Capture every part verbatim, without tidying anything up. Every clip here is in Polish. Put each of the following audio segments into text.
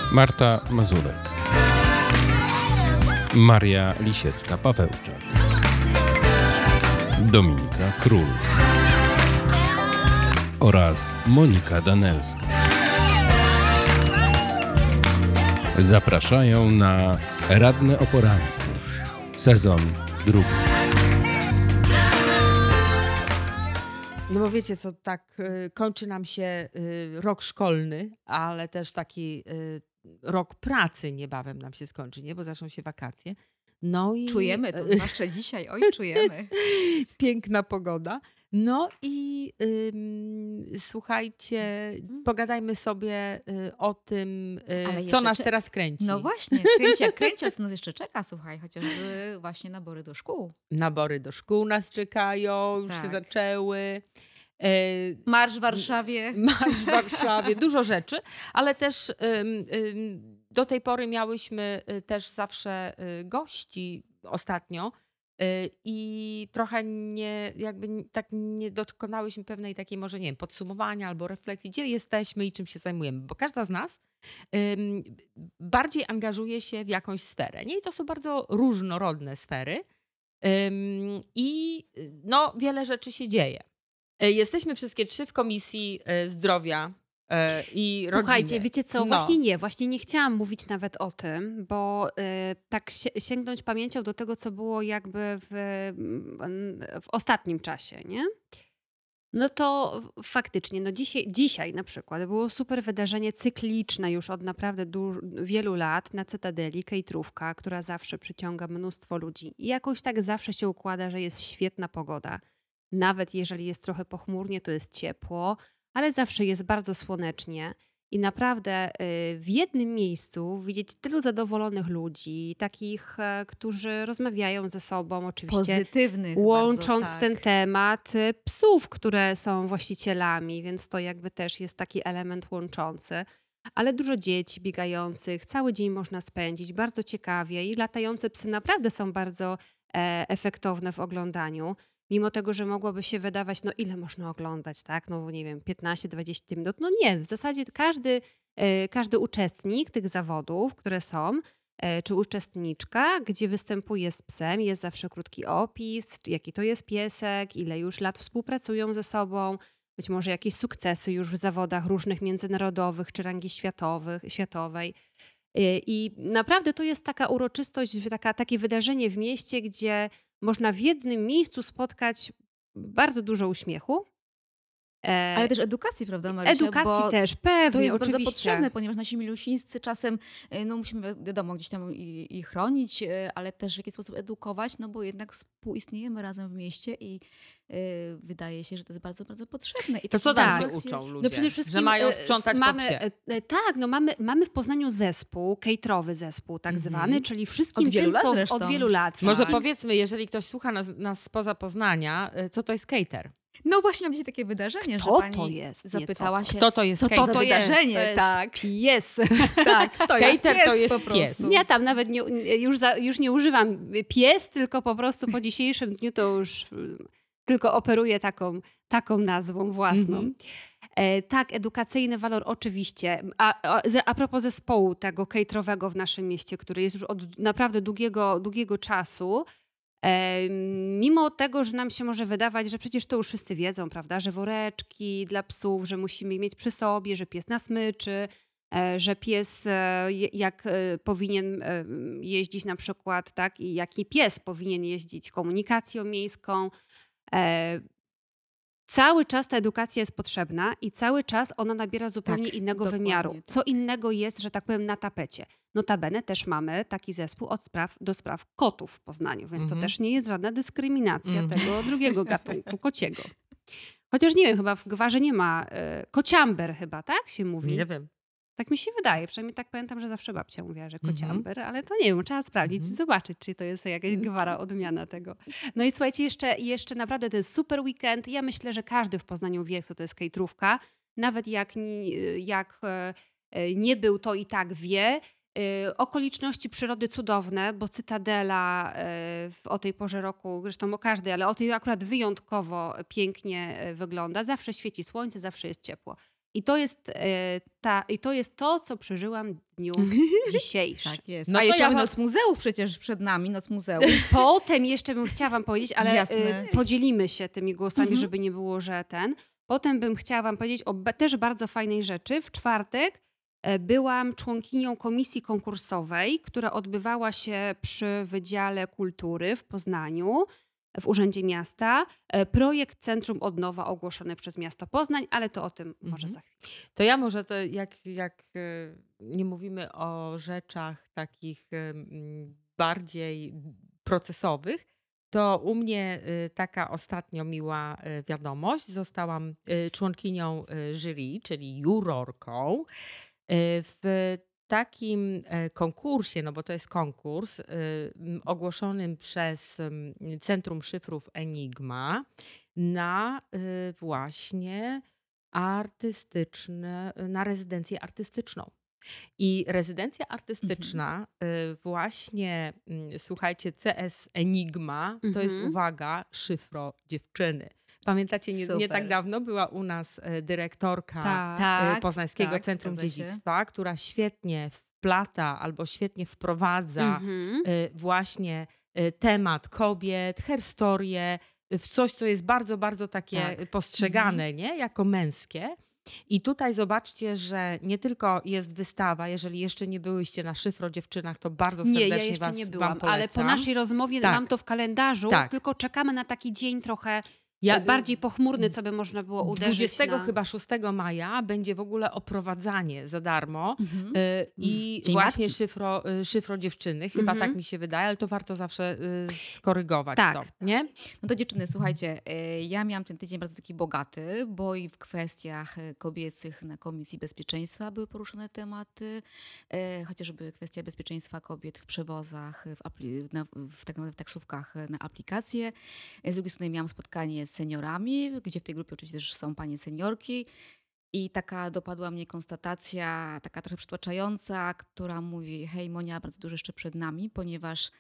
Marta Mazurek, Maria Lisiecka-Pawełczak, Dominika Król oraz Monika Danelska. Zapraszają na Radne o poranku, sezon drugi. No bo wiecie co, tak y, kończy nam się y, rok szkolny, ale też taki y, rok pracy niebawem nam się skończy, nie? Bo zaczną się wakacje. No i Czujemy to, zwłaszcza dzisiaj. Oj, czujemy. Piękna pogoda. No i ym, słuchajcie, pogadajmy sobie y, o tym, y, co nas cze- teraz kręci. No właśnie, kręci, jak kręci, a co nas jeszcze czeka, słuchaj, chociażby właśnie nabory do szkół. Nabory do szkół nas czekają, już Tak. się zaczęły. Marsz w Warszawie. Marsz w Warszawie, dużo rzeczy, ale też ym, ym, do tej pory miałyśmy y, też zawsze y, gości ostatnio y, i trochę nie, jakby n- tak nie dokonałyśmy pewnej takiej może, nie wiem, podsumowania albo refleksji, gdzie jesteśmy i czym się zajmujemy, bo każda z nas ym, bardziej angażuje się w jakąś sferę, nie? I to są bardzo różnorodne sfery ym, i y, no, wiele rzeczy się dzieje. E, Jesteśmy wszystkie trzy w Komisji e, Zdrowia e, i Rodziny. Słuchajcie, wiecie co, No. właśnie nie, właśnie nie chciałam mówić nawet o tym, bo y, tak si- sięgnąć pamięcią do tego, co było jakby w, w ostatnim czasie, nie? No to faktycznie, no dzisiaj, dzisiaj na przykład było super wydarzenie cykliczne już od naprawdę du- wielu lat na Cytadeli, Kejtrówka, która zawsze przyciąga mnóstwo ludzi. I jakoś tak zawsze się układa, że jest świetna pogoda. Nawet jeżeli jest trochę pochmurnie, to jest ciepło, ale zawsze jest bardzo słonecznie. I naprawdę y, w jednym miejscu widzieć tylu zadowolonych ludzi, takich, e, którzy rozmawiają ze sobą oczywiście. Pozytywnych Łącząc bardzo, tak. ten temat y, psów, które są właścicielami, więc to jakby też jest taki element łączący. Ale dużo dzieci biegających, cały dzień można spędzić, bardzo ciekawie i latające psy naprawdę są bardzo e, efektowne w oglądaniu. Mimo tego, że mogłoby się wydawać, no ile można oglądać, tak? No nie wiem, piętnaście dwadzieścia minut. No nie, w zasadzie każdy, e, każdy uczestnik tych zawodów, które są, e, czy uczestniczka, gdzie występuje z psem, jest zawsze krótki opis, jaki to jest piesek, ile już lat współpracują ze sobą, być może jakieś sukcesy już w zawodach różnych międzynarodowych czy rangi światowych, światowej. Y, I naprawdę to jest taka uroczystość, taka, takie wydarzenie w mieście, gdzie można w jednym miejscu spotkać bardzo dużo uśmiechu. E, Ale też edukacji, prawda, Marysia? edukacji Bo też, pewnie, to jest oczywiście. bardzo potrzebne, ponieważ nasi milusińscy czasem, y, no musimy wiadomo gdzieś tam i, i chronić, y, ale też w jakiś sposób edukować, no bo jednak współistniejemy razem w mieście i y, wydaje się, że to jest bardzo, bardzo potrzebne. I To takie co tam tak. się sytuacje- uczą ludzie? No przede wszystkim że mają e, sprzątać s- po mamy, psie. e, e, Tak, no mamy, mamy w Poznaniu zespół, caterowy zespół tak Mhm. zwany, czyli wszystkim Od wielu tym, lat co zresztą. od wielu lat. Może wszystkim- powiedzmy, jeżeli ktoś słucha nas, nas spoza Poznania, y, co to jest cater? No właśnie, mam dzisiaj takie wydarzenie, Kto że pani to jest? Nie, zapytała co się, Kto to jest co to cater? za wydarzenie, jest, to tak. jest pies. tak, to jest Cater pies to jest po pies. prostu. Ja tam nawet nie, już, za, już nie używam pies, tylko po prostu po dzisiejszym dniu to już y, tylko operuję taką, taką nazwą własną. Mhm. E, tak, edukacyjny walor oczywiście. A, a, ze- a propos zespołu tego caterowego w naszym mieście, który jest już od naprawdę długiego, długiego czasu, e, mimo tego, że nam się może wydawać, że przecież to już wszyscy wiedzą, prawda, że woreczki dla psów, że musimy je mieć przy sobie, że pies nas myczy, e, że pies e, je- jak e, powinien e, jeździć na przykład, tak, i jaki pies powinien jeździć komunikacją miejską. E, Cały czas ta edukacja jest potrzebna i cały czas ona nabiera zupełnie Tak, innego dokładnie wymiaru. tak. Co innego jest, że tak powiem, na tapecie. Notabene też mamy taki zespół od spraw, do spraw kotów w Poznaniu, więc Mhm. to też nie jest żadna dyskryminacja Mhm. tego drugiego gatunku, kociego. Chociaż nie wiem, chyba w gwarze nie ma e, kociamber chyba, tak się mówi? Nie wiem. Tak mi się wydaje, przynajmniej tak pamiętam, że zawsze babcia mówiła, że Mhm. kociamber, ale to nie wiem, trzeba sprawdzić, Mhm. zobaczyć, czy to jest jakaś gwara odmiana tego. No i słuchajcie, jeszcze, jeszcze naprawdę to jest super weekend. Ja myślę, że każdy w Poznaniu wie, co to jest caterówka. Nawet jak, ni- jak e, e, nie był, to i tak wie. E, Okoliczności przyrody cudowne, bo Cytadela e, w, o tej porze roku, zresztą o każdej, ale o tej akurat wyjątkowo pięknie e, wygląda. Zawsze świeci słońce, zawsze jest ciepło. I to jest, e, ta, i to, jest to, co przeżyłam w dniu dzisiejszym. Tak jest. No A to jeszcze ja mamy wam- Noc Muzeów przecież przed nami, Noc Muzeów. Potem jeszcze bym chciała wam powiedzieć, ale Jasne. e, podzielimy się tymi głosami, Mhm. żeby nie było, że ten. Potem bym chciała wam powiedzieć o ba- też bardzo fajnej rzeczy. W czwartek e, byłam członkinią komisji konkursowej, która odbywała się przy Wydziale Kultury w Poznaniu, w Urzędzie Miasta. E, Projekt Centrum Odnowa ogłoszony przez Miasto Poznań, ale to o tym może Mhm. za chwilę. To ja może to jak, jak e, nie mówimy o rzeczach takich e, mm, bardziej procesowych, to u mnie e, taka ostatnio miła e, wiadomość. Zostałam e, członkinią e, jury, czyli jurorką e, w takim e, konkursie, no bo to jest konkurs e, m, ogłoszonym przez m, Centrum Szyfrów Enigma na e, właśnie artystyczne, na rezydencję artystyczną. I rezydencja artystyczna y, właśnie, mm, słuchajcie, C S Enigma, to jest, Mhm. uwaga, szyfro dziewczyny. Pamiętacie, nie, nie Super. tak dawno była u nas e, dyrektorka Tak. e, Tak, Poznańskiego tak, Centrum zgadza się. Dziedzictwa, która świetnie wplata albo świetnie wprowadza Mhm. y, właśnie y, temat kobiet, herstorię, y, w coś, co jest bardzo, bardzo takie Tak. postrzegane, nie? Jako męskie. I tutaj zobaczcie, że nie tylko jest wystawa, jeżeli jeszcze nie byłyście na Szyfro Dziewczynach, to bardzo Nie, serdecznie ja jeszcze was, nie wam byłam, polecam. ale po naszej rozmowie Tak. mam to w kalendarzu, Tak. tylko czekamy na taki dzień trochę Ja- e, bardziej pochmurny, co by można było uderzyć dwudziestego na... chyba szóstego maja będzie w ogóle oprowadzanie za darmo Mhm. y, i Dzień właśnie Matki. szyfro, y, szyfro dziewczyny, chyba Mhm. tak mi się wydaje, ale to warto zawsze y, skorygować Tak. to, nie? No to dziewczyny, słuchajcie, e, ja miałam ten tydzień bardzo taki bogaty, bo i w kwestiach e, kobiecych na Komisji Bezpieczeństwa były poruszone tematy, e, chociażby kwestia bezpieczeństwa kobiet w przewozach, w, apli- na, w, tak naprawdę w taksówkach e, na aplikacje. E, Z drugiej strony miałam spotkanie z seniorami, gdzie w tej grupie oczywiście też są panie seniorki. I taka dopadła mnie konstatacja, taka trochę przytłaczająca, która mówi: hej Monia, bardzo dużo jeszcze przed nami, ponieważ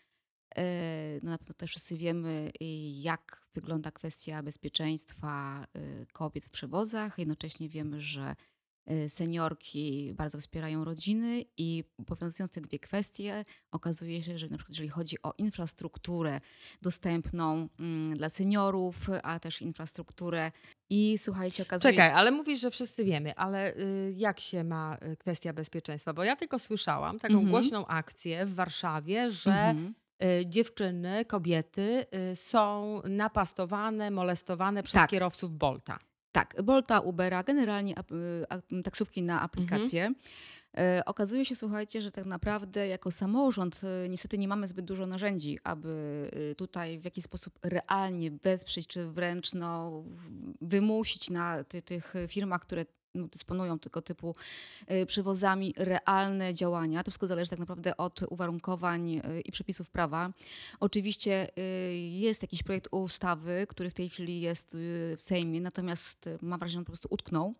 e, no na pewno też wszyscy wiemy, y, jak wygląda kwestia bezpieczeństwa y, kobiet w przewozach. Jednocześnie wiemy, że y, seniorki bardzo wspierają rodziny i powiązując te dwie kwestie, okazuje się, że na przykład jeżeli chodzi o infrastrukturę dostępną mm, dla seniorów, a też infrastrukturę i słuchajcie, okazuje Czekaj, ale mówisz, że wszyscy wiemy, ale y, jak się ma y, kwestia bezpieczeństwa? Bo ja tylko słyszałam taką Mhm. głośną akcję w Warszawie, że Mhm. y, dziewczyny, kobiety y, są napastowane, molestowane przez Tak. kierowców Bolta. Tak, Bolta, Ubera, generalnie ap- y, a- taksówki na aplikacje. E, Okazuje się, słuchajcie, że tak naprawdę jako samorząd y, niestety nie mamy zbyt dużo narzędzi, aby y, tutaj w jakiś sposób realnie wesprzeć, czy wręcz no, w- wymusić na ty, tych firmach, które no, dysponują tego typu y, przewozami, realne działania. To wszystko zależy tak naprawdę od uwarunkowań y, i przepisów prawa. Oczywiście y, jest jakiś projekt ustawy, który w tej chwili jest y, w Sejmie, natomiast y, mam wrażenie, że on po prostu utknął.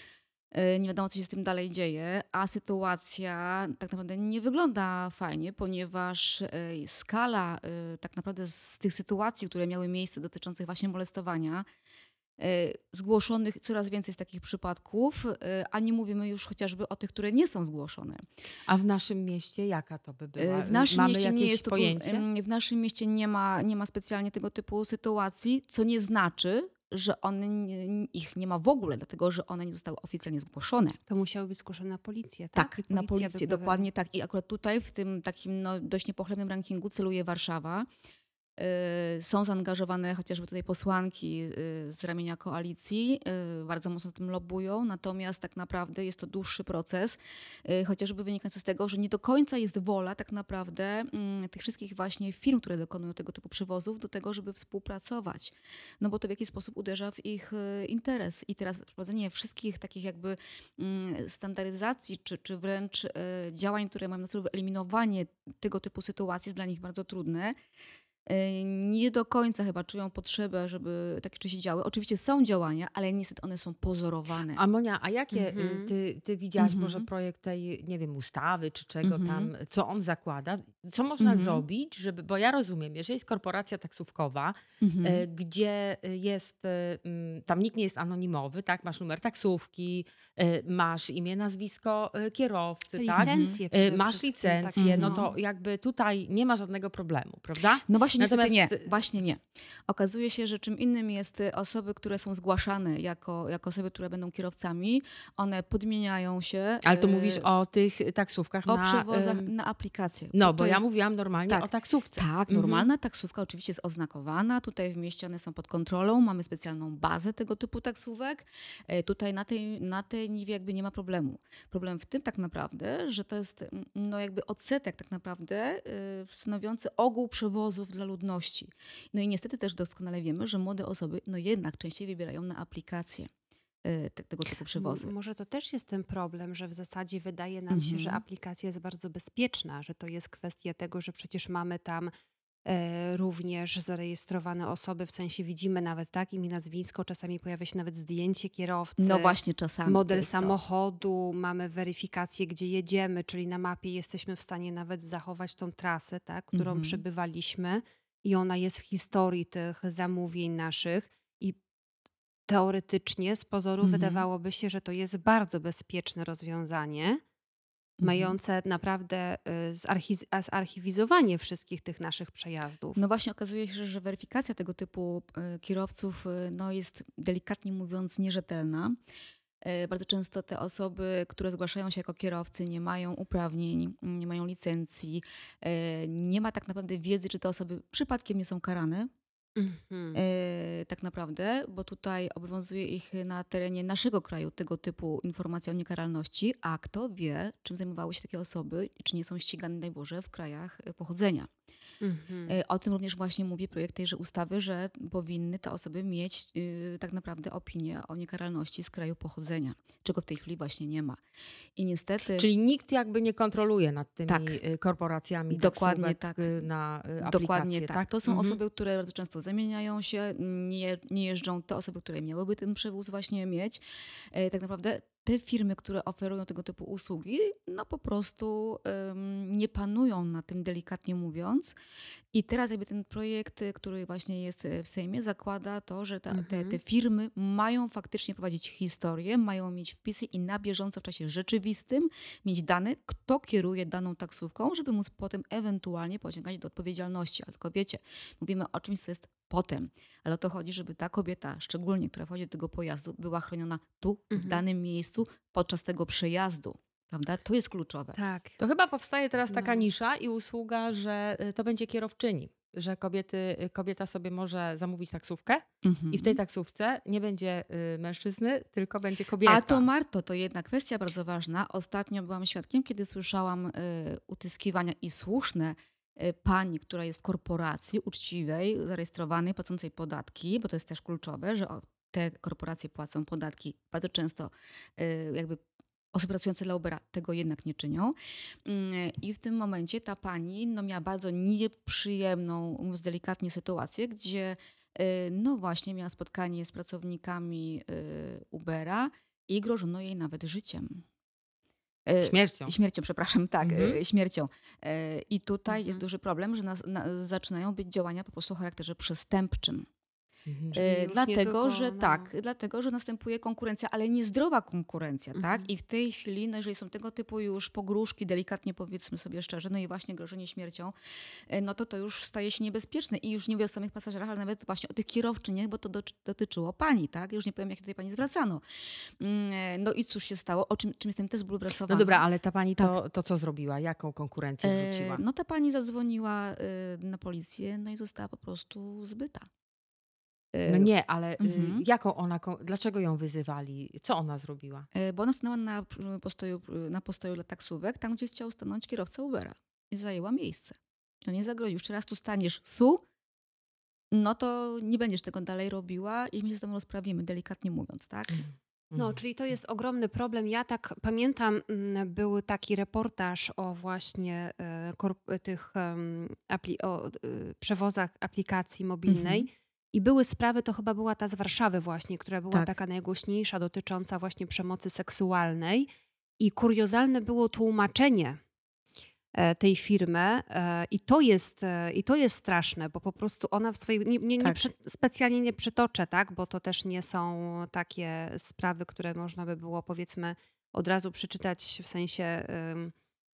Y, Nie wiadomo, co się z tym dalej dzieje, a sytuacja tak naprawdę nie wygląda fajnie, ponieważ y, skala y, tak naprawdę z tych sytuacji, które miały miejsce dotyczących właśnie molestowania, y, zgłoszonych coraz więcej z takich przypadków, y, a nie mówimy już chociażby o tych, które nie są zgłoszone. A w naszym mieście jaka to by była? W naszym Mamy mieście jakieś nie jest to tu- pojęcie? em, w naszym mieście nie ma, nie ma specjalnie tego typu sytuacji, co nie znaczy, że one nie, ich nie ma w ogóle, dlatego że one nie zostały oficjalnie zgłoszone. To musiały być zgłoszone na policję, tak? Tak, I na policja policję, by dokładnie tak. I akurat tutaj w tym takim no, dość niepochlebnym rankingu celuje Warszawa. Y, Są zaangażowane chociażby tutaj posłanki y, z ramienia koalicji, y, bardzo mocno tym lobbują, natomiast tak naprawdę jest to dłuższy proces, y, chociażby wynikający z tego, że nie do końca jest wola tak naprawdę mm, tych wszystkich właśnie firm, które dokonują tego typu przewozów, do tego, żeby współpracować. No bo to w jakiś sposób uderza w ich y, interes. I teraz wprowadzenie wszystkich takich jakby mm, standaryzacji, czy, czy wręcz y, działań, które mają na celu wyeliminowanie tego typu sytuacji jest dla nich bardzo trudne. y, nie do końca chyba czują potrzebę, żeby takie rzeczy się działy. Oczywiście są działania, ale niestety one są pozorowane. A Monia, a jakie y, Mhm. ty, ty widziałaś Mhm. może projekt tej, nie wiem, ustawy czy czego Mhm. tam, co on zakłada? Co można Mhm. zrobić, żeby, bo ja rozumiem, jeżeli jest korporacja taksówkowa, Mhm. e, gdzie jest, e, mm, tam nikt nie jest anonimowy, tak? Masz numer taksówki, e, masz imię, nazwisko e, kierowcy, tak? Licencje E, przede Masz wszystkim licencję, takie, no Mhm. to jakby tutaj nie ma żadnego problemu, prawda? No właśnie niestety Natomiast- nie, właśnie nie. Okazuje się, że czym innym jest y, osoby, które są zgłaszane jako, jako osoby, które będą kierowcami, one podmieniają się. Ale to y, mówisz o tych taksówkach o na... przewozach em, na aplikację. No, To- bo to ja jest- mówiłam normalnie tak. o taksówce. Tak, Mhm. normalna taksówka oczywiście jest oznakowana. Tutaj w mieście one są pod kontrolą. Mamy specjalną bazę tego typu taksówek. E, Tutaj na tej, na tej niwie jakby nie ma problemu. Problem w tym tak naprawdę, że to jest mm, no jakby odsetek tak naprawdę y, stanowiący ogół przewozów dla ludności. No i niestety też doskonale wiemy, że młode osoby no jednak częściej wybierają na aplikacje y, te, tego typu przewozy. M- Może to też jest ten problem, że w zasadzie wydaje nam się, że Mhm. aplikacja jest bardzo bezpieczna, że to jest kwestia tego, że przecież mamy tam e, również zarejestrowane osoby, w sensie widzimy nawet tak imię, nazwisko, czasami pojawia się nawet zdjęcie kierowcy. No właśnie czasami to Model jest to. samochodu, mamy weryfikację, gdzie jedziemy, czyli na mapie jesteśmy w stanie nawet zachować tą trasę, tak, którą Mhm. przebywaliśmy i ona jest w historii tych zamówień naszych i teoretycznie z pozoru Mhm. wydawałoby się, że to jest bardzo bezpieczne rozwiązanie, Mhm. mające naprawdę y, zarchi- a- zarchiwizowanie wszystkich tych naszych przejazdów. No właśnie okazuje się, że weryfikacja tego typu e, kierowców e, no jest delikatnie mówiąc nierzetelna. E, Bardzo często te osoby, które zgłaszają się jako kierowcy, nie mają uprawnień, nie mają licencji, e, nie ma tak naprawdę wiedzy, czy te osoby przypadkiem nie są karane. Mhm. e, Tak naprawdę, bo tutaj obowiązuje ich na terenie naszego kraju tego typu informacja o niekaralności, a kto wie, czym zajmowały się takie osoby, i czy nie są ścigane, daj Boże, w krajach e, pochodzenia. Mhm. E, O tym również właśnie mówi projekt tejże ustawy, że powinny te osoby mieć y, tak naprawdę opinię o niekaralności z kraju pochodzenia, czego w tej chwili właśnie nie ma. I niestety... Czyli nikt jakby nie kontroluje nad tymi Tak. y, korporacjami Dokładnie taksówek, tak. y, na y, aplikacje, Dokładnie tak. To są Mhm. osoby, które bardzo często zamieniają się, nie, nie jeżdżą te osoby, które miałyby ten przewóz właśnie mieć. E, Tak naprawdę te firmy, które oferują tego typu usługi, no po prostu em, nie panują na tym, delikatnie mówiąc. I teraz jakby ten projekt, y, który właśnie jest y, w Sejmie, zakłada to, że ta, te, Mhm. te firmy mają faktycznie prowadzić historię, mają mieć wpisy i na bieżąco w czasie rzeczywistym mieć dane, kto kieruje daną taksówką, żeby móc potem ewentualnie pociągać do odpowiedzialności. Ale tylko wiecie, mówimy o czymś, co jest potem. Ale o to chodzi, żeby ta kobieta, szczególnie która wchodzi do tego pojazdu, była chroniona tu, w Mhm. danym miejscu, podczas tego przejazdu. Prawda? To jest kluczowe. Tak. To chyba powstaje teraz taka No. nisza i usługa, że y, to będzie kierowczyni. Że kobiety, y, kobieta sobie może zamówić taksówkę Mhm. i w tej taksówce nie będzie y, mężczyzny, tylko będzie kobieta. A to Marto, to jedna kwestia bardzo ważna. Ostatnio byłam świadkiem, kiedy słyszałam y, utyskiwania i słuszne y, pani, która jest w korporacji uczciwej, zarejestrowanej, płacącej podatki, bo to jest też kluczowe, że o, te korporacje płacą podatki. Bardzo często y, jakby osoby pracujące dla Ubera tego jednak nie czynią. Mm, I w tym momencie ta pani no, miała bardzo nieprzyjemną, mówiąc delikatnie, sytuację, gdzie y, no właśnie miała spotkanie z pracownikami y, Ubera i grożono jej nawet życiem. Y, Śmiercią. Śmiercią, przepraszam, tak, Mhm. y, śmiercią. Y, I tutaj Mhm. jest duży problem, że nas, na, zaczynają być działania po prostu o charakterze przestępczym. Mhm. Czyli E, już nie Dlatego, tylko, że no. tak, dlatego, że następuje konkurencja, ale niezdrowa konkurencja, Mhm. tak? I w tej chwili, no jeżeli są tego typu już pogróżki, delikatnie powiedzmy sobie szczerze, no i właśnie grożenie śmiercią, e, no to to już staje się niebezpieczne. I już nie mówię o samych pasażerach, ale nawet właśnie o tych kierowczyniach, bo to do, dotyczyło pani, tak? Już nie powiem, jak tutaj pani zwracano. Mm, e, No i cóż się stało, o czym, czym jestem też zbulwersowana. No dobra, ale ta pani to, Tak. to co zrobiła? Jaką konkurencję E, wrzuciła? No ta pani zadzwoniła e, na policję, no i została po prostu zbyta. E, No nie, ale y, mhm. jaką ona, kon- dlaczego ją wyzywali? Co ona zrobiła? E, Bo ona stanęła na p- postoju, na postoju dla taksówek, tam gdzie chciał stanąć kierowca Ubera. I zajęła miejsce. I on nie zagroził. Jeszcze raz tu staniesz, su, no to nie będziesz tego dalej robiła i my się z tobą rozprawimy, delikatnie mówiąc, tak? No, czyli to jest ogromny problem. Ja tak pamiętam, mm, był taki reportaż o właśnie e, korp- tych em, apli- o, e, przewozach aplikacji mobilnej. Mhm. I były sprawy, to chyba była ta z Warszawy właśnie, która była Tak. taka najgłośniejsza, dotycząca właśnie przemocy seksualnej. I kuriozalne było tłumaczenie e, tej firmy e, i to jest, e, i to jest straszne, bo po prostu ona w swojej, nie, nie, nie Tak. przy, specjalnie nie przytoczę, tak, bo to też nie są takie sprawy, które można by było powiedzmy od razu przeczytać, w sensie em,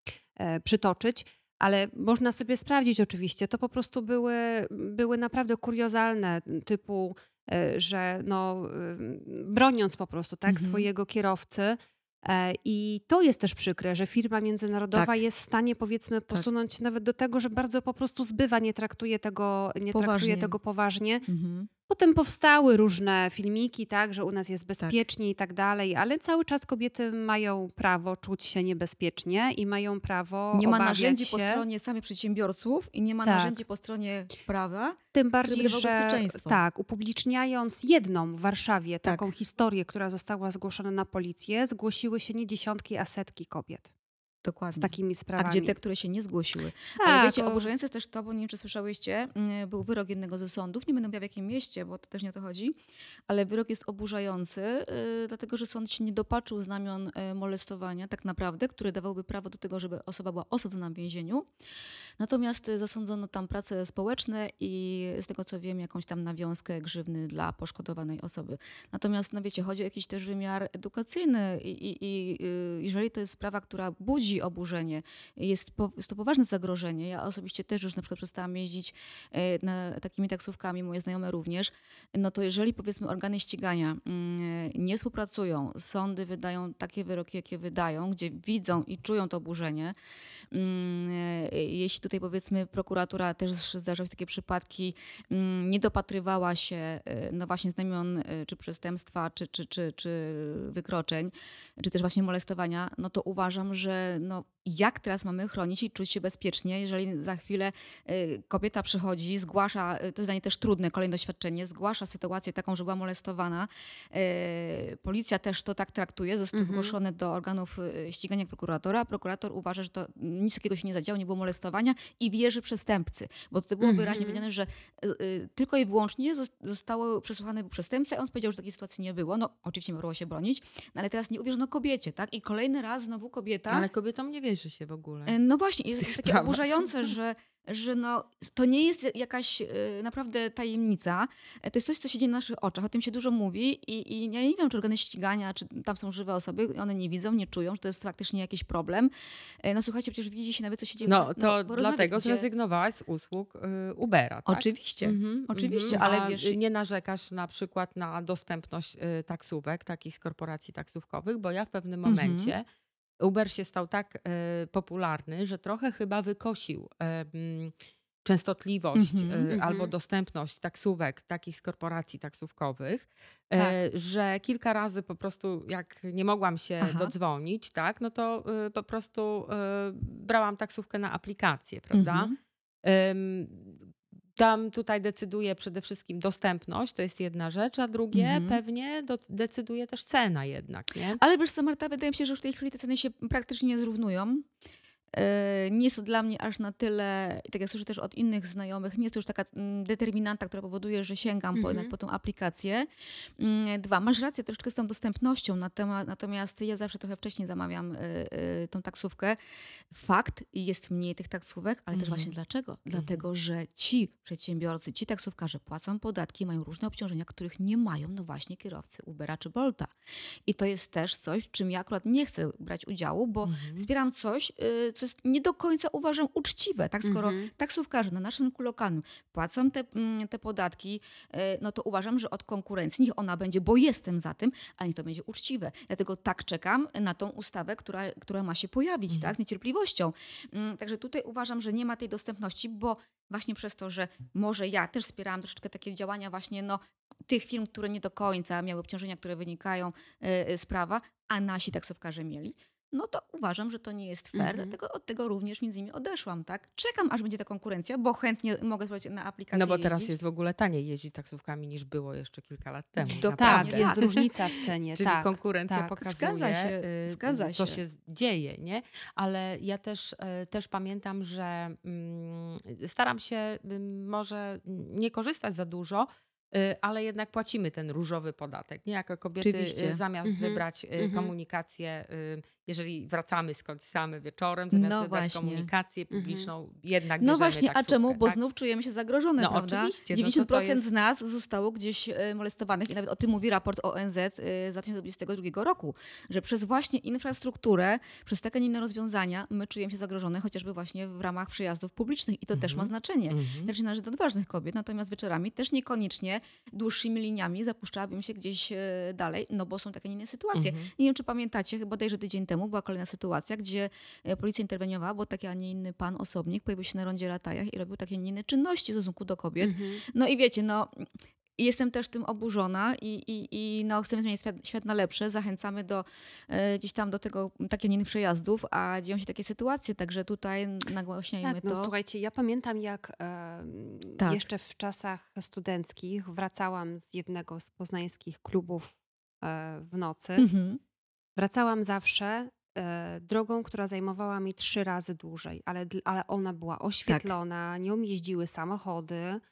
e, przytoczyć, ale można sobie sprawdzić oczywiście. To po prostu były, były naprawdę kuriozalne, typu, e, że no, ym, broniąc po prostu tak, Mhm. swojego kierowcy. E, I to jest też przykre, że firma międzynarodowa Tak. jest w stanie powiedzmy posunąć nawet do tego, że bardzo po prostu zbywa, nie traktuje tego, nie traktuje Poważnie. tego poważnie. Mhm. Potem powstały różne filmiki, tak, że u nas jest Tak. bezpiecznie i tak dalej, ale cały czas kobiety mają prawo czuć się niebezpiecznie i mają prawo Nie ma obawiać narzędzi się. po stronie samych przedsiębiorców i nie ma Tak. narzędzi po stronie prawa. Tym bardziej, dawał że bezpieczeństwo. tak, upubliczniając jedną w Warszawie Tak. taką historię, która została zgłoszona na policję, zgłosiły się nie dziesiątki, a setki kobiet z Dokładnie. takimi A sprawami. gdzie te, które się nie zgłosiły? Tak, Ale wiecie, o- oburzające jest też to, bo nie wiem, czy słyszałyście, mm, był wyrok jednego ze sądów, nie będę mówiła w jakim mieście, bo to też nie o to chodzi, ale wyrok jest oburzający, yy, dlatego że sąd się nie dopatrzył znamion y, molestowania tak naprawdę, które dawałyby prawo do tego, żeby osoba była osadzona w więzieniu. Natomiast y, zasądzono tam prace społeczne i z tego co wiem, jakąś tam nawiązkę grzywny dla poszkodowanej osoby. Natomiast, no wiecie, chodzi o jakiś też wymiar edukacyjny i, i, i y, jeżeli to jest sprawa, która budzi oburzenie, jest, po, jest to poważne zagrożenie. Ja osobiście też już na przykład przestałam jeździć e, na, takimi taksówkami, moje znajome również, no to jeżeli powiedzmy organy ścigania mm, nie współpracują, sądy wydają takie wyroki, jakie wydają, gdzie widzą i czują to oburzenie, mm, e, jeśli tutaj powiedzmy prokuratura też zdarzały się takie przypadki, mm, nie dopatrywała się e, no właśnie znamion e, czy przestępstwa, czy, czy, czy, czy wykroczeń, czy też właśnie molestowania, no to uważam, że no, jak teraz mamy chronić i czuć się bezpiecznie, jeżeli za chwilę y, kobieta przychodzi, zgłasza, y, to jest dla niej też trudne, kolejne doświadczenie, zgłasza sytuację taką, że była molestowana. Y, policja też to tak traktuje, zostało Mhm. zgłoszone do organów y, ścigania prokuratora. Prokurator uważa, że to nic takiego się nie zadziało, nie było molestowania i wierzy przestępcy. Bo to było wyraźnie Mhm. powiedziane, że y, y, tylko i wyłącznie zos- zostało przesłuchany był przestępca, a on powiedział, że takiej sytuacji nie było. No oczywiście miało się bronić, no, ale teraz nie uwierzono kobiecie, tak? I kolejny raz znowu kobieta... Ale kobietom nie wierzy się w ogóle. E, No właśnie, jest tych jest takie sprawach. oburzające, że, że no, to nie jest jakaś e, naprawdę tajemnica. E, To jest coś, co się dzieje na naszych oczach. O tym się dużo mówi i, i ja nie wiem, czy organy ścigania, czy tam są żywe osoby, one nie widzą, nie czują, że to jest faktycznie jakiś problem. E, No słuchajcie, przecież widzicie się nawet, co się dzieje. No bo- to bo rozmawiać dlatego gdzie- zrezygnowałaś z usług y, Ubera, tak? Oczywiście, Mhm, oczywiście, mhm. ale A wiesz... nie narzekasz na przykład na dostępność y, taksówek, takich z korporacji taksówkowych, bo ja w pewnym Mhm. momencie Uber się stał tak y, popularny, że trochę chyba wykosił y, mm, częstotliwość Mhm, y, mhm. albo dostępność taksówek takich z korporacji taksówkowych, y, Tak. że kilka razy po prostu jak nie mogłam się Aha. dodzwonić, tak, no to y, po prostu y, brałam taksówkę na aplikację, prawda? Mhm. Ym, Tam tutaj decyduje przede wszystkim dostępność, to jest jedna rzecz, a drugie Mhm. pewnie do, decyduje też cena jednak, nie? Ale wiesz co, Marta, wydaje mi się, że już w tej chwili te ceny się praktycznie zrównują. E, Nie jest to dla mnie aż na tyle, tak jak słyszę też od innych znajomych, nie jest to już taka mm, determinanta, która powoduje, że sięgam po, Mhm. jednak po tą aplikację. Mm, Dwa, masz rację troszeczkę z tą dostępnością, na temat, natomiast ja zawsze trochę wcześniej zamawiam y, y, tą taksówkę. Fakt, jest mniej tych taksówek, ale też Mhm. właśnie dlaczego? Dlatego, że ci przedsiębiorcy, ci taksówkarze płacą podatki, mają różne obciążenia, których nie mają no właśnie kierowcy Ubera czy Bolta. I to jest też coś, w czym ja akurat nie chcę brać udziału, bo Mhm. wspieram coś, y, co jest nie do końca uważam uczciwe. Tak? Skoro Mhm. taksówkarze na naszym rynku lokalnym płacą te, mm, te podatki, y, no to uważam, że od konkurencji niech ona będzie, bo jestem za tym, ale niech to będzie uczciwe. Dlatego tak czekam na tą ustawę, która, która ma się pojawić, Mhm. tak? Niecierpliwością. Mm, Także tutaj uważam, że nie ma tej dostępności, bo właśnie przez to, że może ja też wspierałam troszeczkę takie działania właśnie no, tych firm, które nie do końca miały obciążenia, które wynikają y, y, z prawa, a nasi taksówkarze mieli, no to uważam, że to nie jest fair, Mhm. dlatego od tego również między innymi odeszłam, tak? Czekam, aż będzie ta konkurencja, bo chętnie mogę spróbować na aplikację No bo teraz jeździć. jest w ogóle taniej jeździć taksówkami niż było jeszcze kilka lat temu. Dokładnie. Tak, naprawdę. jest Tak. różnica w cenie. Czyli tak, konkurencja tak. pokazuje, Zgadza się, y, zgadza co się. się dzieje, nie? Ale ja też, y, też pamiętam, że mm, staram się y, może nie korzystać za dużo, y, ale jednak płacimy ten różowy podatek. Nie? Jako kobiety Oczywiście. y, zamiast Mhm, wybrać y, mhm. komunikację, y, jeżeli wracamy skądś same wieczorem, zamiast No wybrać właśnie. komunikację Mhm. publiczną, jednak No bierzemy właśnie, a taksówkę, czemu? Bo tak? znów czujemy się zagrożone, No prawda? oczywiście, no to to dziewięćdziesiąt procent jest- z nas zostało gdzieś e, molestowanych i nawet o tym mówi raport O N Z e, z dwa tysiące dwudziestego drugiego roku, że przez właśnie infrastrukturę, przez takie inne rozwiązania my czujemy się zagrożone, chociażby właśnie w ramach przejazdów publicznych i to też ma Mhm. znaczenie. Mhm. Raczej należy do odważnych kobiet, natomiast wieczorami też niekoniecznie dłuższymi liniami zapuszczałabym się gdzieś e, dalej, no bo są takie inne sytuacje. Mhm. Nie wiem, czy pamiętacie, chyba bodajże tydzień temu była kolejna sytuacja, gdzie e, policja interweniowała, bo taki, a nie inny pan, osobnik pojawił się na rondzie Ratajach i robił takie, nie inne czynności w stosunku do kobiet. Mhm. No i wiecie, no jestem też tym oburzona i, i, i no, chcemy zmieniać świat, świat na lepsze. Zachęcamy do e, gdzieś tam do tego, takich, a nie innych przejazdów, a dzieją się takie sytuacje, także tutaj nagłaśniajmy Tak, to. no słuchajcie, ja pamiętam jak e, Tak. jeszcze w czasach studenckich wracałam z jednego z poznańskich klubów e, w nocy. Mhm. Wracałam zawsze e, drogą, która zajmowała mi trzy razy dłużej, ale, dl- ale ona była oświetlona, nią jeździły samochody.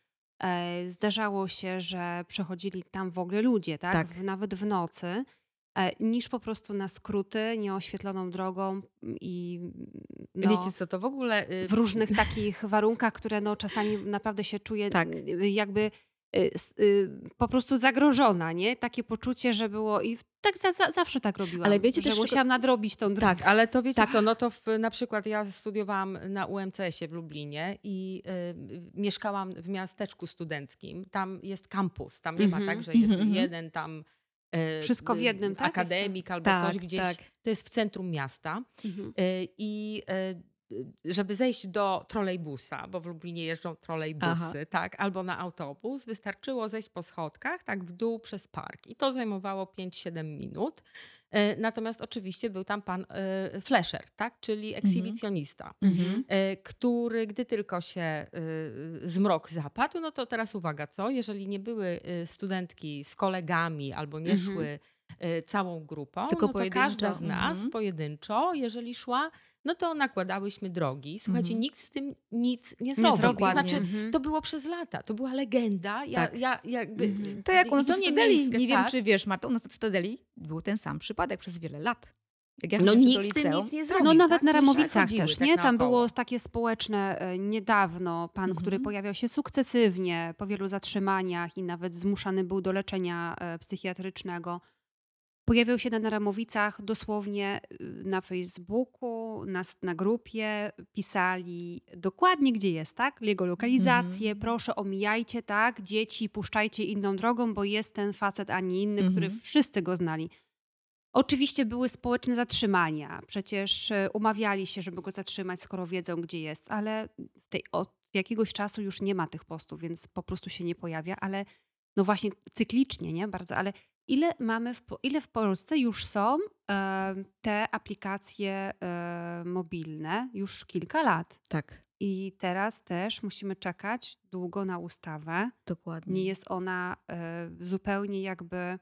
E, zdarzało się, że przechodzili tam w ogóle ludzie, tak? Tak. W, nawet w nocy, e, niż po prostu na skróty, nieoświetloną drogą i no, Wiecie co, to w ogóle... y, w różnych takich warunkach, które no, czasami naprawdę się czuje Tak. y, jakby y, s- y, po prostu zagrożona, nie? Takie poczucie, że było i tak za, za, zawsze tak robiłam, Ale wiecie że też, czego- musiałam nadrobić tą drogę. Tak. Ale to wiecie Tak. co, no to w, na przykład ja studiowałam na U M C S-ie w Lublinie i y, mieszkałam w miasteczku studenckim. Tam jest kampus, tam nie ma Mhm. tak, że jest Mhm. jeden tam y, Wszystko w y, jednym, tak? akademik albo Tak, coś gdzieś. tak. To jest w centrum miasta. Mhm. Y, I y, żeby zejść do trolejbusa, bo w Lublinie jeżdżą trolejbusy, Aha. tak, albo na autobus, wystarczyło zejść po schodkach, tak w dół przez park. I to zajmowało pięć siedem minut. E, Natomiast oczywiście był tam pan e, flesher, tak, czyli ekshibicjonista, Mhm. e, który gdy tylko się e, zmrok zapadł, no to teraz uwaga, co? Jeżeli nie były e, studentki z kolegami albo nie Mhm. szły e, całą grupą, Tylko no to pojedynczo. każda z nas Mhm. pojedynczo, jeżeli szła, no to nakładałyśmy drogi. Słuchajcie, Mhm. nikt z tym nic nie Nie zrobił. zrobił. To znaczy, Mhm. to było przez lata, to była legenda. Ja, Tak. ja, jakby, Mhm. To jak i u nas to na nie Cytadeli, miejskie, nie wiem tak? czy wiesz Marta, u nas na Cytadeli był ten sam przypadek przez wiele lat. Jak ja No chodziłam nikt do z tym liceum, nic nie tak, zrobił. No nawet tak? na Myśmy Ramowicach chodziły też, tak nie? Tam naokoło. było takie społeczne e, niedawno pan, który Mhm. pojawiał się sukcesywnie po wielu zatrzymaniach i nawet zmuszany był do leczenia e, psychiatrycznego. Pojawiał się na Ramowicach dosłownie y, na Facebooku, na, s- na grupie, pisali dokładnie gdzie jest, tak? Jego lokalizację, Mhm. proszę omijajcie, tak? Dzieci, puszczajcie inną drogą, bo jest ten facet, a nie inny, który Mhm. wszyscy go znali. Oczywiście były społeczne zatrzymania, przecież e, umawiali się, żeby go zatrzymać, skoro wiedzą, gdzie jest, ale w tej, od jakiegoś czasu już nie ma tych postów, więc po prostu się nie pojawia, ale no właśnie cyklicznie, nie? Bardzo, ale ile mamy, w, Po- ile w Polsce już są e, te aplikacje e, mobilne? Już kilka lat. tak, I teraz też musimy czekać długo na ustawę. dokładnie. Nie jest ona e, zupełnie jakby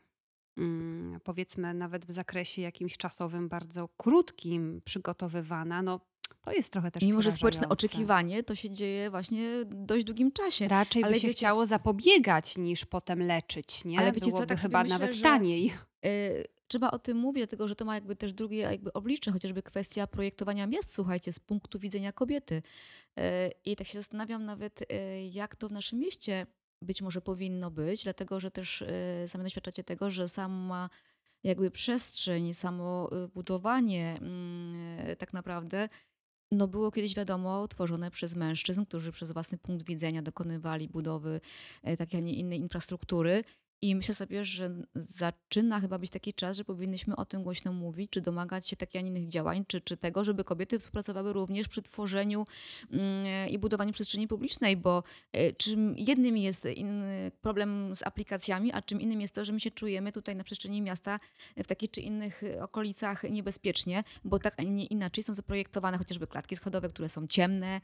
mm, powiedzmy nawet w zakresie jakimś czasowym bardzo krótkim przygotowywana. No to jest trochę też Mimo, że społeczne przerażające. oczekiwanie to się dzieje właśnie w dość długim czasie. Raczej Ale by się wiecie- chciało zapobiegać niż potem leczyć, nie? Ale wiecie co, Byłoby tak sobie chyba myślę, nawet że- taniej. Y, Trzeba o tym mówić, dlatego że to ma jakby też drugie jakby oblicze, chociażby kwestia projektowania miast, słuchajcie, z punktu widzenia kobiety. Y, I tak się zastanawiam nawet, y, jak to w naszym mieście być może powinno być, dlatego że też y, sami doświadczacie tego, że sama jakby przestrzeń, samo y, budowanie mm, tak naprawdę no było kiedyś, wiadomo, tworzone przez mężczyzn, którzy przez własny punkt widzenia dokonywali budowy e, takiej, a nie innej infrastruktury. I myślę sobie, że zaczyna chyba być taki czas, że powinnyśmy o tym głośno mówić, czy domagać się takich, a nie innych działań, czy, czy tego, żeby kobiety współpracowały również przy tworzeniu mm, i budowaniu przestrzeni publicznej, bo e, czym jednym jest inny problem z aplikacjami, a czym innym jest to, że my się czujemy tutaj na przestrzeni miasta w takich czy innych okolicach niebezpiecznie, bo tak, a nie inaczej są zaprojektowane chociażby klatki schodowe, które są ciemne,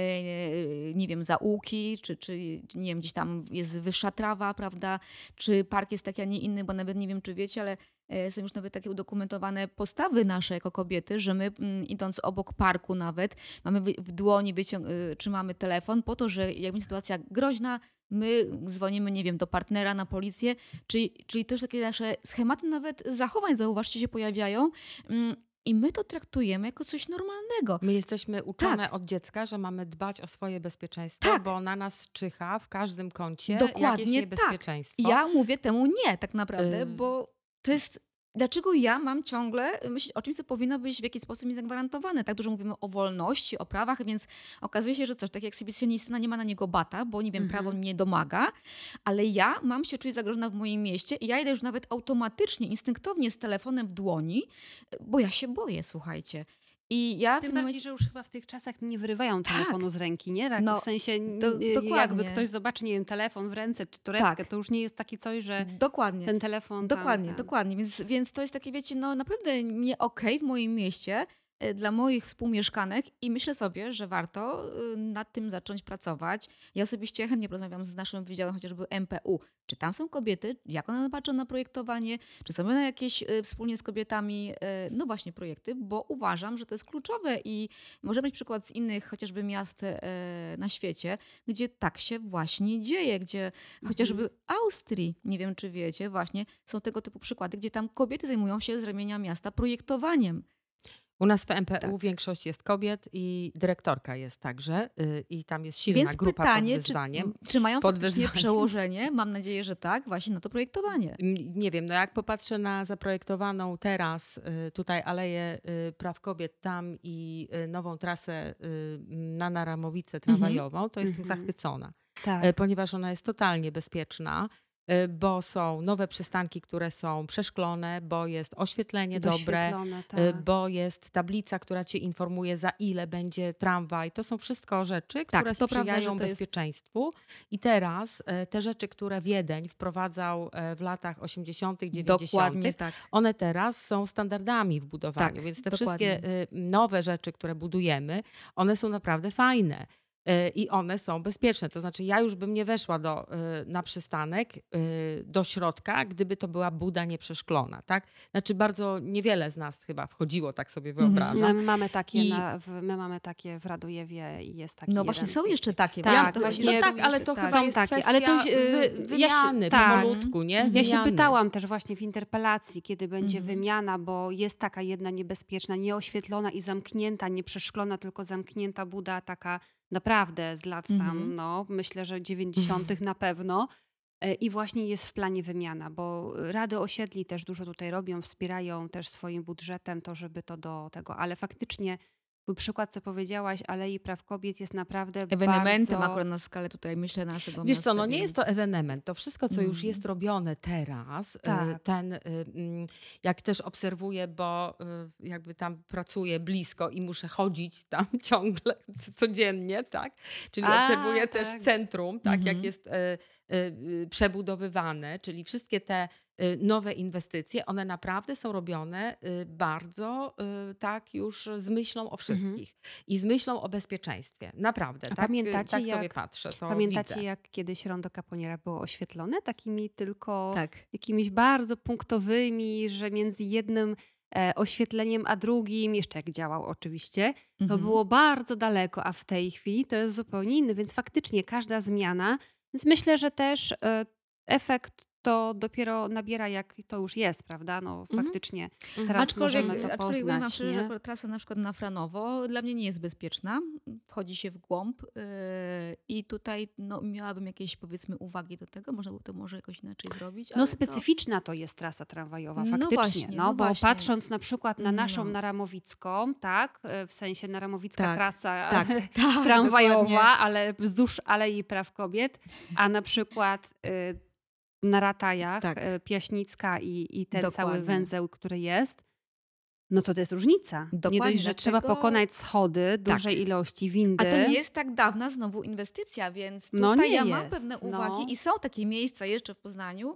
e, nie wiem, zaułki, czy, czy nie wiem, gdzieś tam jest wyższa trawa, prawda, czy park jest taki, a nie inny, bo nawet nie wiem, czy wiecie, ale e, są już nawet takie udokumentowane postawy nasze jako kobiety, że my mm, idąc obok parku nawet, mamy wy- w dłoni, wycią- y, trzymamy telefon po to, że jak będzie sytuacja groźna, my dzwonimy, nie wiem, do partnera, na policję, czyli, czyli też takie nasze schematy nawet zachowań, zauważcie, się pojawiają mm, i my to traktujemy jako coś normalnego. My jesteśmy uczone Tak. od dziecka, że mamy dbać o swoje bezpieczeństwo, Tak. bo na nas czyha w każdym kącie Dokładnie jakieś tak. niebezpieczeństwo. Ja mówię temu nie tak naprawdę, Ym. bo to jest... Dlaczego ja mam ciągle myśleć o czymś, co powinno być w jakiś sposób mi zagwarantowane? Tak dużo mówimy o wolności, o prawach, więc okazuje się, że coś, tak jak ekshibicjonista nie ma na niego bata, bo nie wiem, Mhm. prawo mnie domaga, ale ja mam się czuć zagrożona w moim mieście i ja idę już nawet automatycznie, instynktownie z telefonem w dłoni, bo ja się boję, słuchajcie. I ja w Tym tym bardziej, momencie... że już chyba w tych czasach nie wyrywają Tak. telefonu z ręki, nie? Tak, No, w sensie n- do- y, jakby dokładnie. ktoś zobaczy, nie wiem, telefon w ręce czy torebkę, Tak. to już nie jest takie coś, że Dokładnie. ten telefon Dokładnie, tam, tam. dokładnie. Więc, więc to jest takie, wiecie, no naprawdę nie okej w moim mieście e, dla moich współmieszkanek i myślę sobie, że warto e, nad tym zacząć pracować. Ja osobiście chętnie porozmawiam z naszym wydziałem chociażby M P U. Czy tam są kobiety? Jak one patrzą na projektowanie? Czy są one jakieś e, wspólnie z kobietami, e, no właśnie projekty? Bo uważam, że to jest kluczowe i może być przykład z innych chociażby miast e, na świecie, gdzie tak się właśnie dzieje, gdzie chociażby Austrii, nie wiem czy wiecie, właśnie są tego typu przykłady, gdzie tam kobiety zajmują się z ramienia miasta projektowaniem. U nas w M P U Tak. większość jest kobiet i dyrektorka jest także y, i tam jest silna Więc grupa pytanie, pod wyzwaniem. czy, czy mają pod faktycznie wyzwaniem. przełożenie, mam nadzieję, że tak, właśnie na to projektowanie. M, Nie wiem, no jak popatrzę na zaprojektowaną teraz y, tutaj Aleję y, Praw Kobiet tam i y, nową trasę y, na Naramowicę tramwajową, to jestem Mhm. zachwycona, Tak. y, ponieważ ona jest totalnie bezpieczna, y, bo są nowe przystanki, które są przeszklone, bo jest oświetlenie dobre, Doświetlone, tak. y, bo jest tablica, która cię informuje, za ile będzie tramwaj. To są wszystko rzeczy, które Tak, to prawda, sprzyjają że to jest- bezpieczeństwu. I teraz e, te rzeczy, które Wiedeń wprowadzał e, w latach osiemdziesiątych, dziewięćdziesiątych, Dokładnie tak. one teraz są standardami w budowaniu. Tak, Więc te dokładnie. wszystkie y, nowe rzeczy, które budujemy, one są naprawdę fajne. y, I one są bezpieczne. To znaczy, ja już bym nie weszła do, y, na przystanek, y, do środka, gdyby to była buda nieprzeszklona. Tak? Znaczy, bardzo niewiele z nas chyba wchodziło, tak sobie Mhm. wyobrażam. No, my, mamy takie I- na, w, my mamy takie w Radojewie i jest taki No jeden. właśnie są jeszcze takie. Tak, właśnie, to, właśnie to No są tak, ale jeszcze- to tak. chyba Są jest takie, kwestia ale to, wy, yy, ja się- wymiany tak. powolutku, nie? Mhm. Ja się Wymiany. pytałam też właśnie w interpelacji, kiedy będzie Mhm. wymiana, bo jest taka jedna niebezpieczna, nieoświetlona i zamknięta, nie przeszklona, tylko zamknięta buda, taka naprawdę z lat tam, Mhm. no myślę, że dziewięćdziesiątych na pewno. E, I właśnie jest w planie wymiana, bo rady osiedli też dużo tutaj robią, wspierają też swoim budżetem to, żeby to do tego, ale faktycznie był przykład, co powiedziałaś, Alei Praw Kobiet jest naprawdę Ewenementem bardzo... akurat na skalę tutaj, myślę, naszego Wiesz miasta. co, no nie jest to więc- ewenement. To wszystko, co już Mm. jest robione teraz, y, Tak. ten, y, mm, jak też obserwuję, bo y, jakby tam pracuję blisko i muszę chodzić tam ciągle, c- codziennie, tak? Czyli A, obserwuję też tak. centrum, tak, jak Mhm. jest y, y, y, przebudowywane, czyli wszystkie te y, nowe inwestycje, one naprawdę są robione y, bardzo y, tak już z myślą o wszystkich i z myślą o bezpieczeństwie. Naprawdę, A tak, pamiętacie, tak sobie jak- patrzę, to Pamiętacie, widzę. jak kiedyś Rondo Caponiera było oświetlone takimi tylko Tak. jakimiś bardzo punktowymi, że między jednym e, oświetleniem a drugim, jeszcze jak działał oczywiście, to Mhm. było bardzo daleko, a w tej chwili to jest zupełnie inny, więc faktycznie każda zmiana, więc myślę, że też e, efekt to dopiero nabiera, jak to już jest, prawda? No Mhm. faktycznie Mhm. teraz Aczkolwiek, możemy to aczkolwiek powiem wam poznać, szczerze, że nie? akurat trasa na przykład na Franowo dla mnie nie jest bezpieczna. Wchodzi się w głąb yy, i tutaj no, miałabym jakieś powiedzmy uwagi do tego. Można by to może jakoś inaczej zrobić. No ale to- specyficzna to jest trasa tramwajowa, No faktycznie. właśnie, no, no bo właśnie. patrząc na przykład na naszą No. Naramowicką, tak, e, w sensie Naramowicka Tak, trasa Tak, tak, tramwajowa, dokładnie. ale wzdłuż Alei Praw Kobiet, a na przykład y, na Ratajach, Tak. e, Piaśnicka i, i ten Dokładnie. cały węzeł, który jest, no to to jest różnica. Nie Dokładnie, dość, że trzeba dlatego- pokonać schody dużej ilości, windy. A to nie jest tak dawna znowu inwestycja, więc No tutaj nie ja mam jest, pewne no. uwagi i są takie miejsca jeszcze w Poznaniu,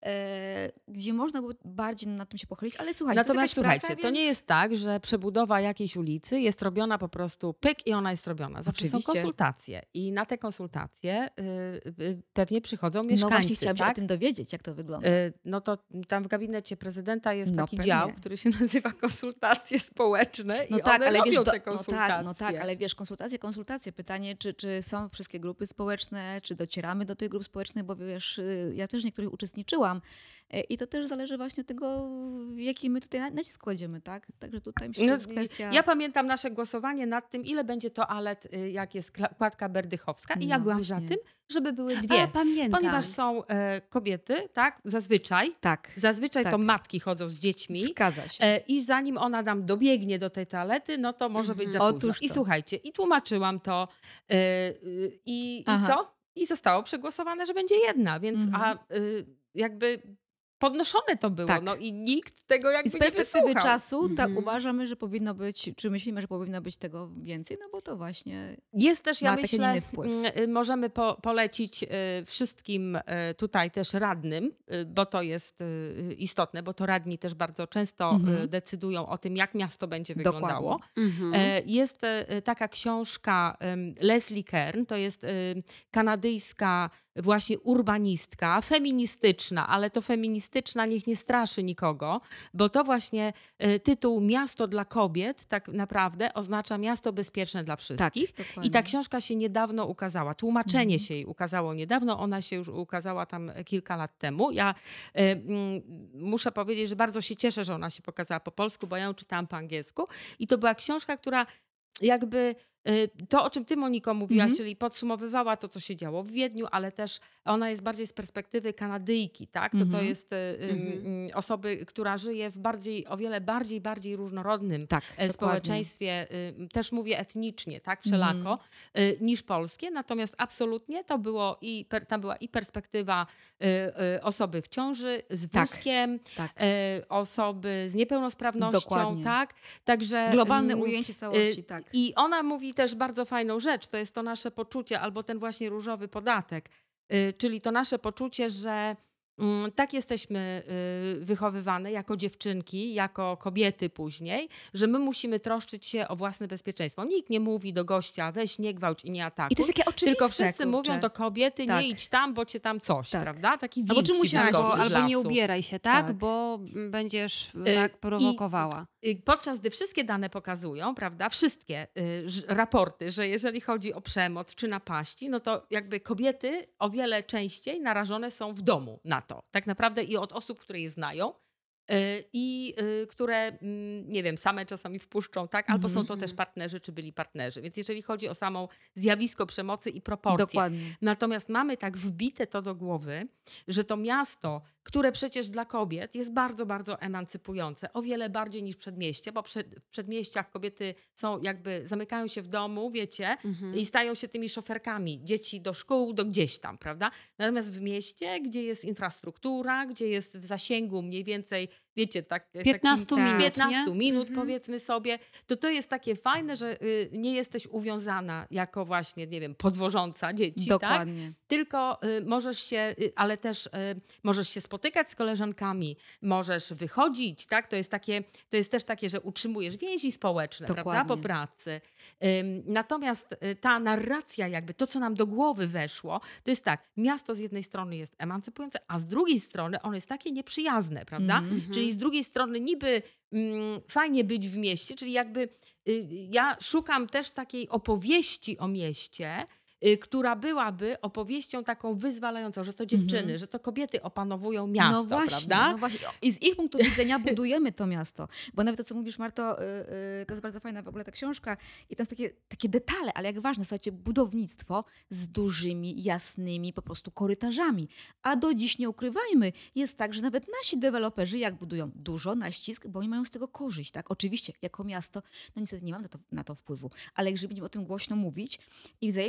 e, gdzie można było bardziej nad tym się pochylić, ale słuchajcie, Natomiast to jest jakaś słuchajcie, praca, to nie więc... jest tak, że przebudowa jakiejś ulicy jest robiona po prostu pyk i ona jest robiona. Zawsze są Oczywiście. konsultacje i na te konsultacje y, y, pewnie przychodzą No mieszkańcy. właśnie chciałam się tak? o tym dowiedzieć, jak to wygląda. Y, No to tam w gabinecie prezydenta jest No taki pewnie. dział, który się nazywa konsultacje społeczne No i tak, one ale robią wiesz, do, te no konsultacje. tak, no tak, ale wiesz, konsultacje, konsultacje. Pytanie, czy, czy są wszystkie grupy społeczne, czy docieramy do tych grup społecznych, bo wiesz, y, ja też w niektórych uczestniczyłam y, i to też zależy właśnie od tego, jaki my tutaj na- nacisk kładziemy, tak? Także tutaj myślę, że No, to jest kwestia... Ja pamiętam nasze głosowanie nad tym, ile będzie toalet, y, jak jest kla- kładka berdychowska i ja No byłam za właśnie. tym, żeby były dwie. A, pamiętam. Ponieważ są e, kobiety, tak, zazwyczaj, Tak, zazwyczaj to Tak. matki chodzą z dziećmi. zgadza się. E, I zanim ona tam dobiegnie do tej toalety, no to może być za Mhm. późno. Otóż I to. słuchajcie, i tłumaczyłam to e, y, i, i Aha. co? I zostało przegłosowane, że będzie jedna, więc Mhm. a y, jakby podnoszone to było, Tak. no i nikt tego I jakby z nie perspektywy wysłuchał. czasu tak Mhm. uważamy, że powinno być, czy myślimy, że powinno być tego więcej, no bo to właśnie... Jest też, ja ma taki myślę, inny wpływ. mm, y, możemy po, polecić y, wszystkim y, tutaj też radnym, y, bo to jest y, istotne, bo to radni też bardzo często Mhm. y, decydują o tym, jak miasto będzie Dokładnie. wyglądało. Mhm. E, Jest e, taka książka em, Leslie Kern, to jest em, kanadyjska właśnie urbanistka, feministyczna, ale to feministyczna niech nie straszy nikogo, bo to właśnie e, tytuł Miasto dla kobiet tak naprawdę oznacza miasto bezpieczne dla Tak, wszystkich. dokładnie. I ta książka się niedawno ukazała. Tłumaczenie Mhm. się jej ukazało niedawno. Ona się już ukazała tam kilka lat temu. Ja e, mm, muszę powiedzieć, że bardzo się cieszę, że ona się pokazała po polsku, bo ja ją czytałam po angielsku. I to była książka, która jakby y, to, o czym ty, Moniko, mówiłaś, Mhm. czyli podsumowywała to, co się działo w Wiedniu, ale też ona jest bardziej z perspektywy Kanadyjki, tak? To, to Mhm. jest y, ym, Mhm. ym, osoby, która żyje w bardziej, o wiele bardziej, bardziej różnorodnym Tak, e, dokładnie. społeczeństwie, y, też mówię etnicznie, tak, wszelako, y, niż polskie. Natomiast absolutnie to było i, per, tam była i perspektywa y, y, osoby w ciąży, z Tak, wózkiem, tak. y, osoby z niepełnosprawnością, Dokładnie. tak? Także Globalne ym, ujęcie całości, y, tak. I ona mówi też bardzo fajną rzecz, to jest to nasze poczucie, albo ten właśnie różowy podatek, y, czyli to nasze poczucie, że mm, tak jesteśmy y, wychowywane jako dziewczynki, jako kobiety później, że my musimy troszczyć się o własne bezpieczeństwo. Nikt nie mówi do gościa, weź nie gwałć i nie I atakuj. to jest takie oczywiste, Tylko wszyscy kurczę. mówią do kobiety, Tak. nie idź tam, bo cię tam coś, Tak. prawda? Taki Albo wilk czy ci musiałaś wyskoczy Albo, z z albo nie lasu. ubieraj się, tak? Tak. Bo będziesz Y, tak i- prowokowała. Y, Podczas gdy wszystkie dane pokazują, prawda, wszystkie y, ż- raporty, że jeżeli chodzi o przemoc czy napaści, no to jakby kobiety o wiele częściej narażone są w domu na to. Tak naprawdę i od osób, które je znają y, i y, które, mm, nie wiem, same czasami wpuszczą, tak? Albo są to Mhm. też partnerzy, czy byli partnerzy. Więc jeżeli chodzi o samą zjawisko przemocy i proporcje, Dokładnie. natomiast mamy tak wbite to do głowy, że to miasto, które przecież dla kobiet jest bardzo, bardzo emancypujące, o wiele bardziej niż przedmieście, bo przed, w przedmieściach kobiety są jakby, zamykają się w domu, wiecie, Mhm. i stają się tymi szoferkami dzieci do szkół, do gdzieś tam, prawda? Natomiast w mieście, gdzie jest infrastruktura, gdzie jest w zasięgu mniej więcej, wiecie, tak, piętnaście taki, minut, piętnaście nie? minut Mhm. powiedzmy sobie, to to jest takie fajne, że y, nie jesteś uwiązana jako właśnie, nie wiem, podwożąca dzieci, tak? Dokładnie. Tylko y, możesz się, y, ale też y, możesz się spotykać z koleżankami, możesz wychodzić, tak? To jest takie, to jest też takie, że utrzymujesz więzi społeczne, prawda? Po Dokładnie. pracy. Ym, natomiast y, ta narracja jakby, to co nam do głowy weszło, to jest tak, miasto z jednej strony jest emancypujące, a z drugiej strony ono jest takie nieprzyjazne, prawda? Mhm. Czyli z drugiej strony niby mm, fajnie być w mieście, czyli jakby y, ja szukam też takiej opowieści o mieście, y, która byłaby opowieścią taką wyzwalającą, że to dziewczyny, Mhm. że to kobiety opanowują miasto, no właśnie, prawda? No właśnie. I z ich punktu widzenia budujemy to miasto. Bo nawet to, co mówisz, Marto, y, y, to jest bardzo fajna w ogóle ta książka i tam są takie, takie detale, ale jak ważne, słuchajcie, budownictwo z dużymi, jasnymi po prostu korytarzami. A do dziś, nie ukrywajmy, jest tak, że nawet nasi deweloperzy, jak budują dużo na ścisk, bo oni mają z tego korzyść, tak? Oczywiście, jako miasto, no niestety nie mam na to, na to wpływu, ale jeżeli będziemy o tym głośno mówić i wzajemnie jakieś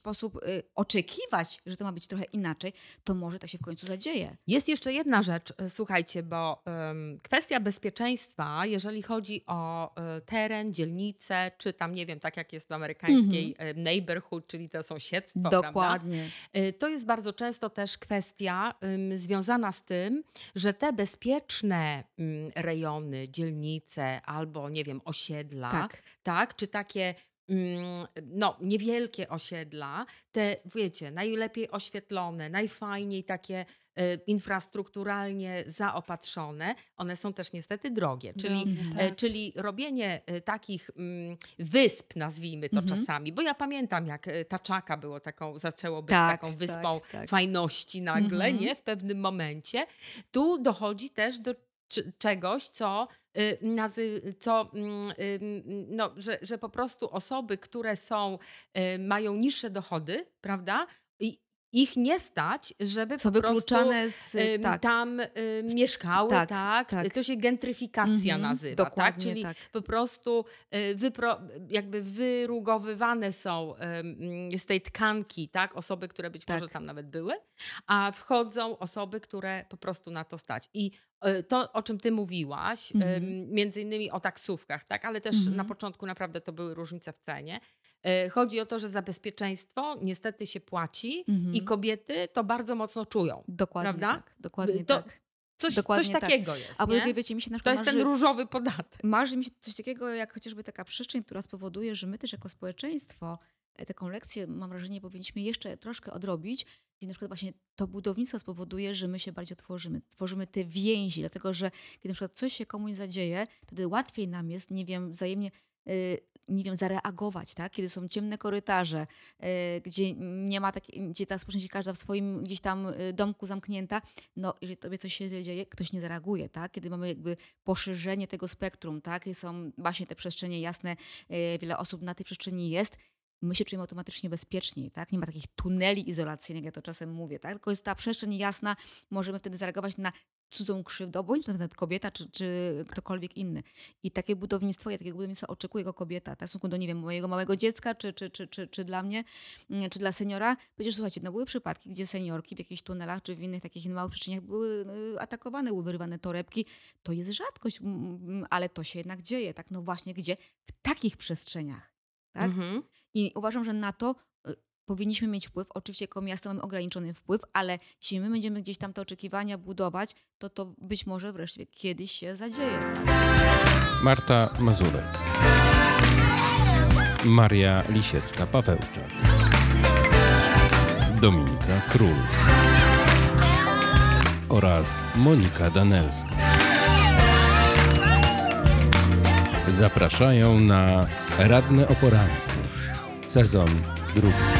sposób y, oczekiwać, że to ma być trochę inaczej, to może tak się w końcu zadzieje. Jest jeszcze jedna rzecz, y, słuchajcie, bo ym, kwestia bezpieczeństwa, jeżeli chodzi o y, teren, dzielnicę, czy tam, nie wiem, tak jak jest w amerykańskiej y, neighborhood, czyli to sąsiedztwo, prawda? Dokładnie. Y, To jest bardzo często też kwestia ym, związana z tym, że te bezpieczne ym, rejony, dzielnice albo, nie wiem, osiedla, Tak. tak, czy takie mm, no, niewielkie osiedla, te, wiecie, najlepiej oświetlone, najfajniej takie y, infrastrukturalnie zaopatrzone, one są też niestety drogie. Czyli, Drogie, e, tak. czyli robienie e, takich mm, wysp, nazwijmy to Mhm. czasami, bo ja pamiętam, jak e, Taczaka było taką, zaczęło być Tak, taką wyspą tak, tak. fajności nagle, Mhm. nie? W pewnym momencie. Tu dochodzi też do c- czegoś, co, y, nazy- co mm, ym, no, że, że po prostu osoby, które są, y, mają niższe dochody, prawda? I ich nie stać, żeby Co po prostu wykluczane z... ym, tak. tam ym, mieszkały, tak, tak, tak. To się gentryfikacja Mhm, nazywa, tak? dokładnie Czyli tak. po prostu y, wypro, jakby wyrugowywane są ym, z tej tkanki, tak? Osoby, które być Tak. może tam nawet były, a wchodzą osoby, które po prostu na to stać. I y, to, o czym ty mówiłaś, Mhm. ym, między innymi o taksówkach, tak? Ale też Mhm. na początku naprawdę to były różnice w cenie. Y, Chodzi o to, że za bezpieczeństwo niestety się płaci Mhm. i kobiety to bardzo mocno czują. Dokładnie prawda? tak. Dokładnie To- tak. Coś, Dokładnie coś tak. takiego jest, A po nie? drugie, wiecie, mi się na To przykład jest ten marzy, różowy podatek. marzy mi się coś takiego, jak chociażby taka przestrzeń, która spowoduje, że my też jako społeczeństwo e, taką lekcję, mam wrażenie, powinniśmy jeszcze troszkę odrobić, gdzie na przykład właśnie to budownictwo spowoduje, że my się bardziej otworzymy. Tworzymy te więzi, dlatego że kiedy na przykład coś się komuś zadzieje, wtedy łatwiej nam jest, nie wiem, wzajemnie y, nie wiem, zareagować, tak? Kiedy są ciemne korytarze, y, gdzie nie ma takiej, gdzie ta społeczność każda w swoim gdzieś tam y, domku zamknięta, no jeżeli tobie coś się dzieje, ktoś nie zareaguje, tak? Kiedy mamy jakby poszerzenie tego spektrum, tak? Są właśnie te przestrzenie jasne, y, wiele osób na tej przestrzeni jest, my się czujemy automatycznie bezpieczniej, tak? Nie ma takich tuneli izolacyjnych, jak ja to czasem mówię, tak? Tylko jest ta przestrzeń jasna, możemy wtedy zareagować na cudzą krzywdę, bądź to nawet kobieta, czy, czy ktokolwiek inny. I takie budownictwo, ja takiego budownictwa oczekuję jako kobieta, tak? W stosunku do, nie wiem, mojego małego dziecka, czy, czy, czy, czy, czy dla mnie, mm, czy dla seniora. Przecież słuchajcie, no były przypadki, gdzie seniorki w jakichś tunelach, czy w innych takich małych przyczynach były y, atakowane, były wyrywane torebki. To jest rzadkość, mm, mm, ale to się jednak dzieje, tak? No właśnie, gdzie? W takich przestrzeniach, tak? Mhm. I uważam, że na to y, powinniśmy mieć wpływ. Oczywiście jako miasto mamy ograniczony wpływ, ale jeśli my będziemy gdzieś tam te oczekiwania budować, to to być może wreszcie kiedyś się zadzieje. Tak? Marta Mazurek, Maria Lisiecka-Pawełczak, Dominika Król oraz Monika Danelska. Zapraszają na Radne o poranku. Sezon drugi.